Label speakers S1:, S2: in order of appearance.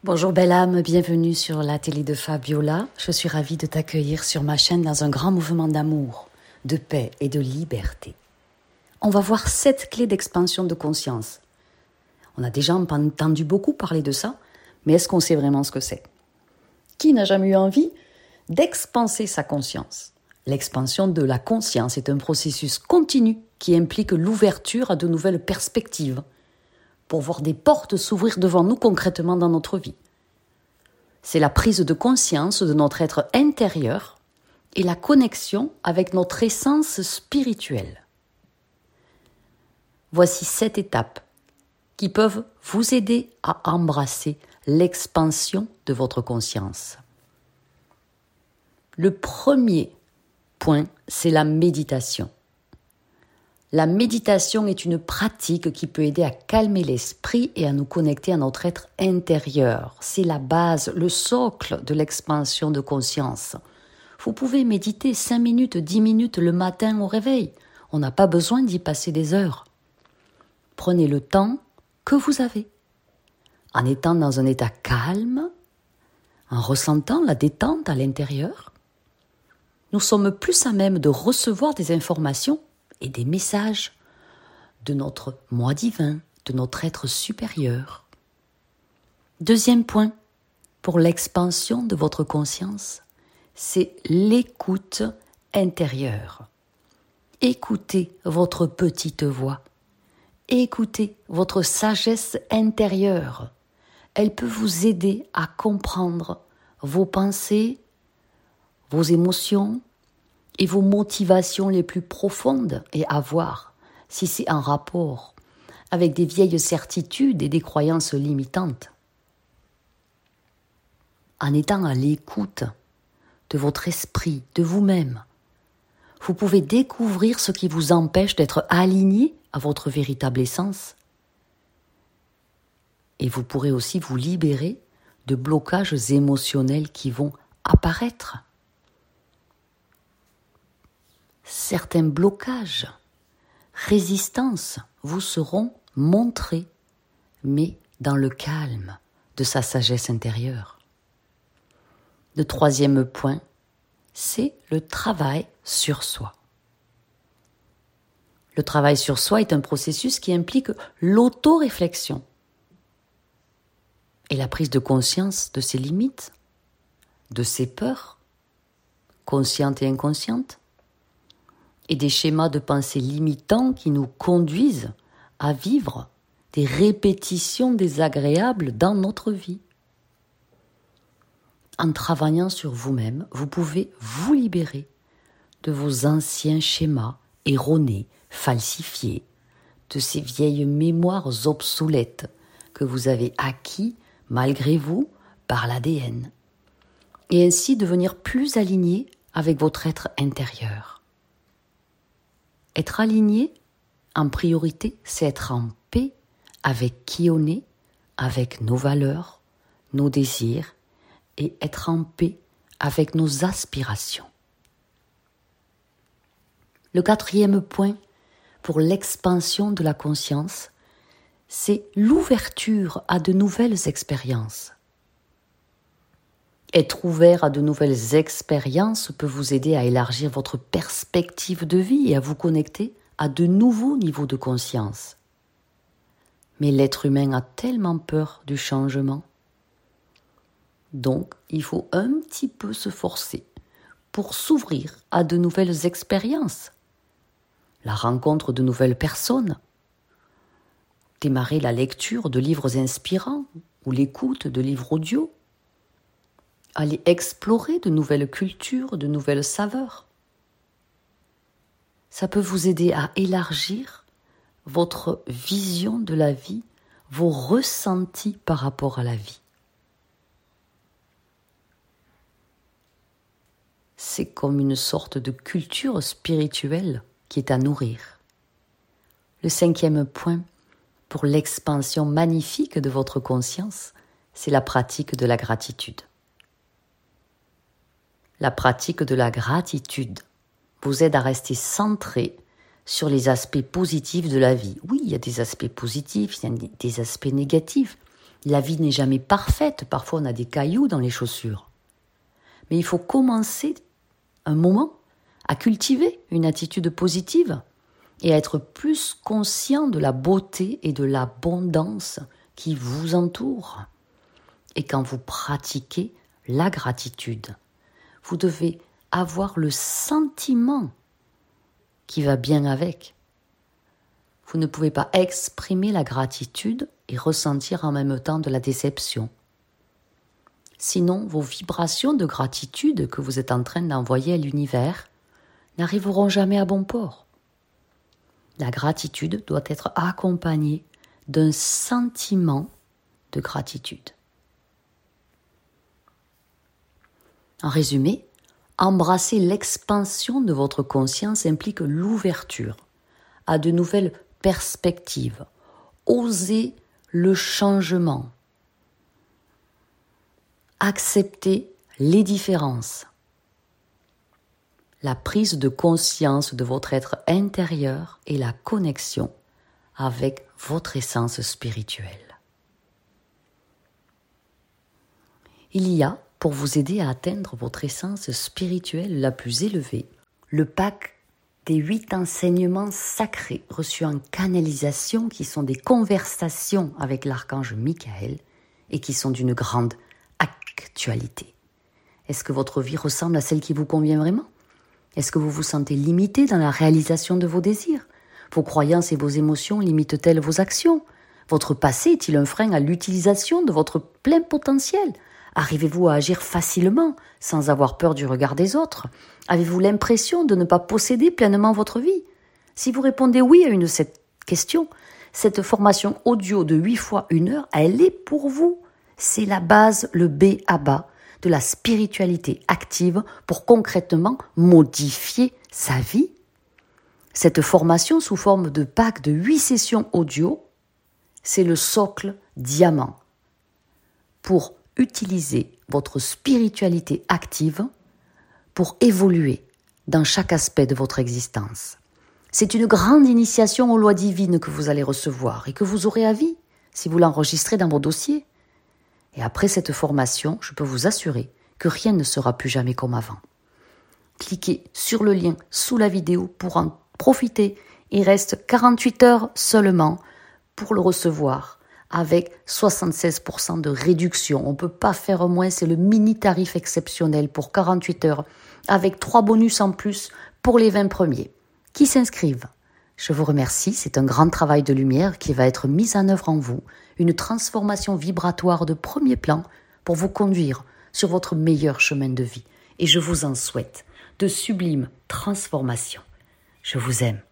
S1: Bonjour belle âme, bienvenue sur la télé de Fabiola. Je suis ravie de t'accueillir sur ma chaîne dans un grand mouvement d'amour, de paix et de liberté. On va voir 7 clés d'expansion de conscience. On a déjà entendu beaucoup parler de ça, mais est-ce qu'on sait vraiment ce que c'est? Qui n'a jamais eu envie d'expanser sa conscience? L'expansion de la conscience est un processus continu qui implique l'ouverture à de nouvelles perspectives, pour voir des portes s'ouvrir devant nous concrètement dans notre vie. C'est la prise de conscience de notre être intérieur et la connexion avec notre essence spirituelle. Voici 7 étapes qui peuvent vous aider à embrasser l'expansion de votre conscience. Le premier point, c'est la méditation. La méditation est une pratique qui peut aider à calmer l'esprit et à nous connecter à notre être intérieur. C'est la base, le socle de l'expansion de conscience. Vous pouvez méditer 5 minutes, 10 minutes le matin au réveil. On n'a pas besoin d'y passer des heures. Prenez le temps que vous avez, en étant dans un état calme, en ressentant la détente à l'intérieur. Nous sommes plus à même de recevoir des informations et des messages de notre moi divin, de notre être supérieur. Deuxième point, pour l'expansion de votre conscience, c'est l'écoute intérieure. Écoutez votre petite voix. Écoutez votre sagesse intérieure. Elle peut vous aider à comprendre vos pensées, vos émotions, et vos motivations les plus profondes et à voir si c'est en rapport avec des vieilles certitudes et des croyances limitantes. En étant à l'écoute de votre esprit, de vous-même, vous pouvez découvrir ce qui vous empêche d'être aligné à votre véritable essence. Et vous pourrez aussi vous libérer de blocages émotionnels qui vont apparaître. Certains blocages, résistances vous seront montrés, mais dans le calme de sa sagesse intérieure. Le troisième point, c'est le travail sur soi. Le travail sur soi est un processus qui implique l'auto-réflexion et la prise de conscience de ses limites, de ses peurs, conscientes et inconscientes, et des schémas de pensée limitants qui nous conduisent à vivre des répétitions désagréables dans notre vie. En travaillant sur vous-même, vous pouvez vous libérer de vos anciens schémas erronés, falsifiés, de ces vieilles mémoires obsolètes que vous avez acquis malgré vous par l'ADN, et ainsi devenir plus aligné avec votre être intérieur. Être aligné, en priorité, c'est être en paix avec qui on est, avec nos valeurs, nos désirs, et être en paix avec nos aspirations. Le quatrième point pour l'expansion de la conscience, c'est l'ouverture à de nouvelles expériences. Être ouvert à de nouvelles expériences peut vous aider à élargir votre perspective de vie et à vous connecter à de nouveaux niveaux de conscience. Mais l'être humain a tellement peur du changement. Donc, il faut un petit peu se forcer pour s'ouvrir à de nouvelles expériences. La rencontre de nouvelles personnes, démarrer la lecture de livres inspirants ou l'écoute de livres audio, aller explorer de nouvelles cultures, de nouvelles saveurs. Ça peut vous aider à élargir votre vision de la vie, vos ressentis par rapport à la vie. C'est comme une sorte de culture spirituelle qui est à nourrir. Le cinquième point pour l'expansion magnifique de votre conscience, c'est la pratique de la gratitude. La pratique de la gratitude vous aide à rester centré sur les aspects positifs de la vie. Oui, il y a des aspects positifs, il y a des aspects négatifs, La vie n'est jamais parfaite, parfois on a des cailloux dans les chaussures. Mais il faut commencer un moment à cultiver une attitude positive et à être plus conscient de la beauté et de l'abondance qui vous entoure. Et quand vous pratiquez la gratitude, vous devez avoir le sentiment qui va bien avec. Vous ne pouvez pas exprimer la gratitude et ressentir en même temps de la déception. Sinon, vos vibrations de gratitude que vous êtes en train d'envoyer à l'univers n'arriveront jamais à bon port. La gratitude doit être accompagnée d'un sentiment de gratitude. En résumé, embrasser l'expansion de votre conscience implique l'ouverture à de nouvelles perspectives. Oser le changement. Accepter les différences. La prise de conscience de votre être intérieur et la connexion avec votre essence spirituelle. Il y a, pour vous aider à atteindre votre essence spirituelle la plus élevée, le pack des 8 enseignements sacrés reçus en canalisation qui sont des conversations avec l'archange Michael et qui sont d'une grande actualité. Est-ce que votre vie ressemble à celle qui vous convient vraiment ? Est-ce que vous vous sentez limité dans la réalisation de vos désirs ? Vos croyances et vos émotions limitent-elles vos actions ? Votre passé est-il un frein à l'utilisation de votre plein potentiel ? Arrivez-vous à agir facilement, sans avoir peur du regard des autres ? Avez-vous l'impression de ne pas posséder pleinement votre vie ? Si vous répondez oui à une de ces questions, cette formation audio de 8 fois 1 heure, elle est pour vous. C'est la base, le b.a.-ba de la spiritualité active pour concrètement modifier sa vie. Cette formation sous forme de pack de 8 sessions audio, c'est le socle diamant pour utiliser votre spiritualité active pour évoluer dans chaque aspect de votre existence. C'est une grande initiation aux lois divines que vous allez recevoir et que vous aurez à vie si vous l'enregistrez dans vos dossiers. Et après cette formation, je peux vous assurer que rien ne sera plus jamais comme avant. Cliquez sur le lien sous la vidéo pour en profiter. Il reste 48 heures seulement pour le recevoir avec 76% de réduction. On ne peut pas faire moins, c'est le mini tarif exceptionnel pour 48 heures avec 3 bonus en plus pour les 20 premiers qui s'inscrivent. Je vous remercie, c'est un grand travail de lumière qui va être mis en œuvre en vous, une transformation vibratoire de premier plan pour vous conduire sur votre meilleur chemin de vie. Et je vous en souhaite de sublimes transformations. Je vous aime.